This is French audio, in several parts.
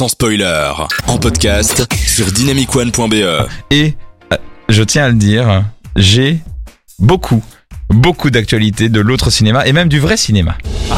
sans spoiler, en podcast sur dynamicone.be. Et je tiens à le dire, j'ai beaucoup d'actualités de l'autre cinéma et même du vrai cinéma.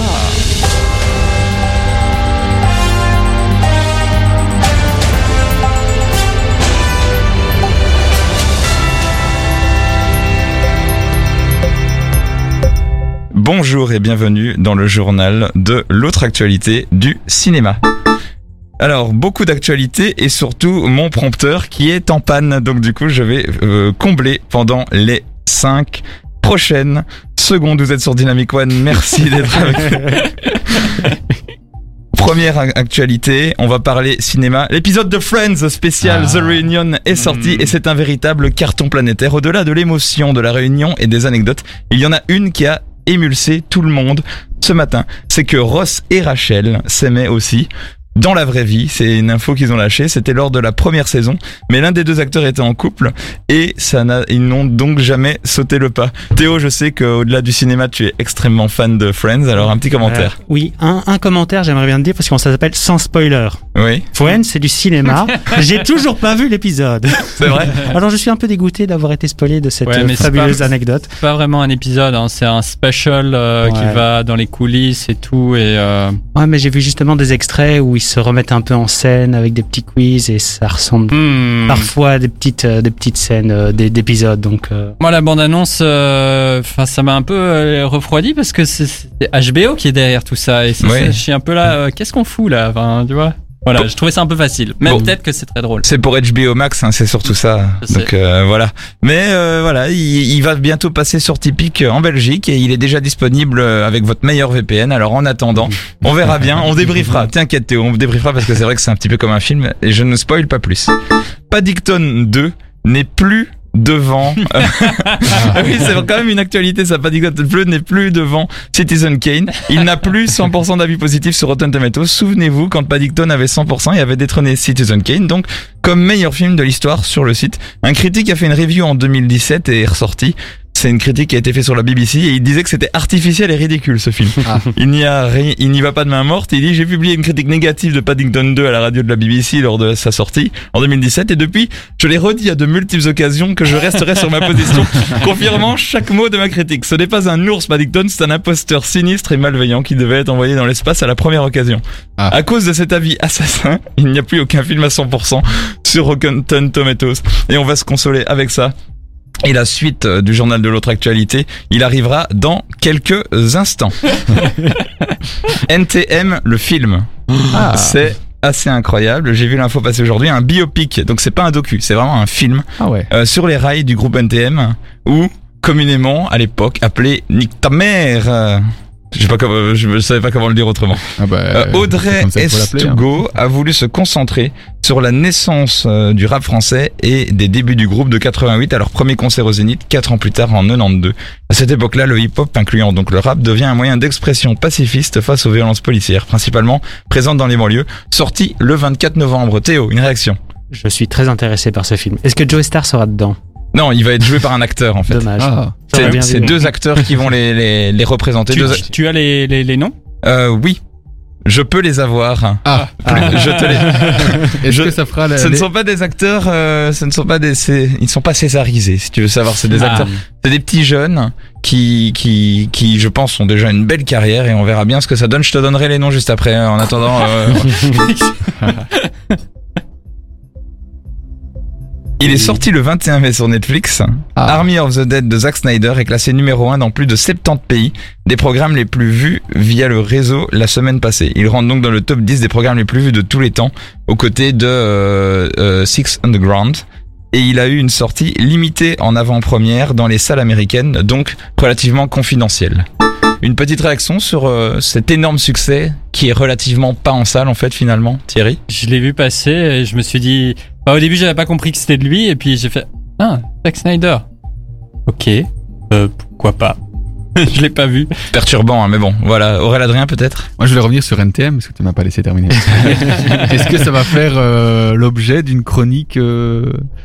Bonjour et bienvenue dans le journal de l'autre actualité du cinéma. Alors, beaucoup d'actualités et surtout mon prompteur qui est en panne. Donc du coup, je vais combler pendant les 5 prochaines secondes. Vous êtes sur Dynamic One, merci d'être avec nous. Première actualité, on va parler cinéma. L'épisode de Friends spécial The Reunion est sorti et c'est un véritable carton planétaire. Au-delà de l'émotion de la réunion et des anecdotes, il y en a une qui a émulsé tout le monde ce matin. C'est que Ross et Rachel s'aimaient aussi. Dans la vraie vie, c'est une info qu'ils ont lâchée, c'était lors de la première saison, mais l'un des deux acteurs était en couple et ils n'ont donc jamais sauté le pas. Théo, je sais qu'au-delà du cinéma, tu es extrêmement fan de Friends, alors un petit commentaire. Oui, un commentaire, j'aimerais bien te dire, parce qu'on s'appelle sans spoiler. Oui. Friends, c'est du cinéma. J'ai toujours pas vu l'épisode. C'est vrai. Alors je suis un peu dégoûté d'avoir été spoilé de cette fabuleuse anecdote. C'est pas vraiment un épisode, hein, c'est un special qui va dans les coulisses et tout. Ouais, mais j'ai vu justement des extraits où ils se remettent un peu en scène avec des petits quiz et ça ressemble parfois à des petites scènes d'épisodes. Donc moi la bande-annonce, ça m'a un peu refroidi parce que c'est HBO qui est derrière tout ça et je suis un peu là. Qu'est-ce qu'on fout là, tu vois? Voilà, je trouvais ça un peu facile. Même peut-être que c'est très drôle. C'est pour HBO Max, hein, c'est surtout ça. Donc voilà. Mais voilà, il va bientôt passer sur Typique en Belgique et il est déjà disponible avec votre meilleur VPN. Alors en attendant, on verra bien, on débriefera. T'inquiète Théo, on débriefera parce que c'est vrai que c'est un petit peu comme un film et je ne spoil pas plus. Paddington 2 n'est plus devant. Oui, c'est quand même une actualité, ça. Paddington 2 n'est plus devant Citizen Kane. Il n'a plus 100% d'avis positifs sur Rotten Tomatoes. Souvenez-vous, quand Paddington avait 100%, il avait détrôné Citizen Kane, donc comme meilleur film de l'histoire sur le site. Un critique a fait une review en 2017 et est ressorti. C'est une critique qui a été faite sur la BBC et il disait que c'était artificiel et ridicule ce film. Il n'y va pas de main morte. Il dit: j'ai publié une critique négative de Paddington 2 à la radio de la BBC lors de sa sortie en 2017 et depuis je l'ai redit à de multiples occasions que je resterai sur ma position, confirmant chaque mot de ma critique. Ce n'est pas un ours Paddington, c'est un imposteur sinistre et malveillant qui devait être envoyé dans l'espace à la première occasion. À cause de cet avis assassin, il n'y a plus aucun film à 100% sur Rotten Tomatoes et on va se consoler avec ça. Et la suite du journal de l'autre actualité, il arrivera dans quelques instants. NTM, le film. C'est assez incroyable. J'ai vu l'info passer aujourd'hui, un biopic. Donc c'est pas un docu, c'est vraiment un film sur les rails du groupe NTM, ou communément à l'époque appelé Nique ta mère. Je savais pas comment le dire autrement. Audrey Estugo a voulu se concentrer sur la naissance du rap français et des débuts du groupe de 88 à leur premier concert au Zénith 4 ans plus tard en 92. À cette époque-là, le hip-hop, incluant donc le rap, devient un moyen d'expression pacifiste face aux violences policières, principalement présentes dans les banlieues. Sorti le 24 novembre. Théo, une réaction? Je suis très intéressé par ce film. Est-ce que Joey Starr sera dedans? Non, il va être joué par un acteur en fait. Dommage. C'est deux acteurs qui vont les représenter. Tu as les noms? Oui. Je peux les avoir. Je te les. Est-ce que ça fera Ce ne sont pas des acteurs. Ils ne sont pas césarisés. Si tu veux savoir, c'est des acteurs. C'est des petits jeunes qui, je pense, ont déjà une belle carrière et on verra bien ce que ça donne. Je te donnerai les noms juste après. En attendant. Il est sorti le 21 mai sur Netflix. Army of the Dead de Zack Snyder est classé numéro 1 dans plus de 70 pays, des programmes les plus vus via le réseau la semaine passée. Il rentre donc dans le top 10 des programmes les plus vus de tous les temps, aux côtés de Six Underground. Et il a eu une sortie limitée en avant-première dans les salles américaines, donc relativement confidentielle. Une petite réaction sur cet énorme succès qui est relativement pas en salle en fait finalement, Thierry? Je l'ai vu passer et je me suis dit... au début j'avais pas compris que c'était de lui et puis j'ai fait Zack Snyder. Ok, pourquoi pas. Je l'ai pas vu. Perturbant hein, mais bon, voilà. Aurélien Adrien peut-être? Moi je vais revenir sur NTM parce que tu m'as pas laissé terminer. Est-ce que ça va faire l'objet d'une chronique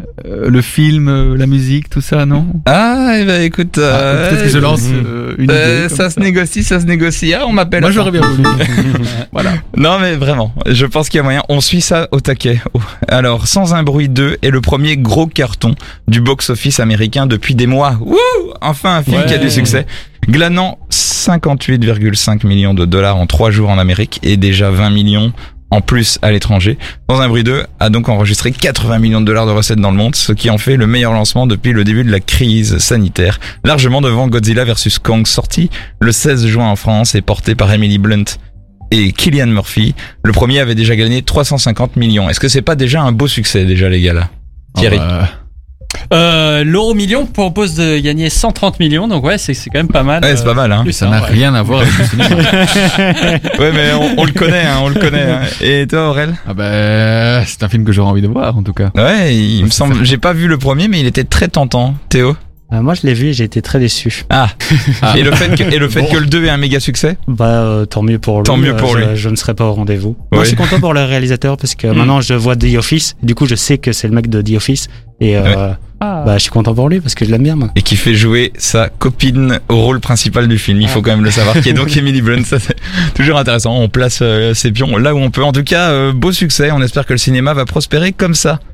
le film, la musique, tout ça, non? Ah, eh ben écoute, peut-être que je lance une idée. Ça se négocie. Ah, on m'appelle. Moi, j'aurais bien voulu. Voilà. Non, mais vraiment, je pense qu'il y a moyen. On suit ça au taquet. Alors, Sans un bruit 2 est le premier gros carton du box-office américain depuis des mois. Wouh! Enfin, un film qui a du succès. Glanant 58,5 millions de dollars en 3 jours en Amérique et déjà 20 millions en plus à l'étranger. Sans un bruit 2 a donc enregistré 80 millions de dollars de recettes dans le monde, ce qui en fait le meilleur lancement depuis le début de la crise sanitaire, largement devant Godzilla vs Kong, sorti le 16 juin en France et porté par Emily Blunt et Cillian Murphy. Le premier avait déjà gagné 350 millions. Est-ce que c'est pas déjà un beau succès déjà, les gars, là? Thierry? L'euro million propose de gagner 130 millions, donc ouais, c'est quand même pas mal. Ouais, c'est pas mal, hein. Ça n'a rien à voir avec le cinéma. Ouais, mais on le connaît, on le connaît. Hein. Et toi, Aurel? C'est un film que j'aurais envie de voir, en tout cas. Ouais, il me semble, j'ai pas vu le premier, mais il était très tentant. Théo? Moi, je l'ai vu et j'ai été très déçu. Et le fait que le 2 ait un méga succès? Tant mieux pour lui. Tant mieux pour lui. Je ne serai pas au rendez-vous. Moi, je suis content pour le réalisateur parce que maintenant, je vois The Office. Du coup, je sais que c'est le mec de The Office. Et je suis content pour lui parce que je l'aime bien, moi. Et qui fait jouer sa copine au rôle principal du film. Il faut quand même le savoir. Qui est donc Emily Blunt. Ça, c'est toujours intéressant. On place ses pions là où on peut. En tout cas, beau succès. On espère que le cinéma va prospérer comme ça.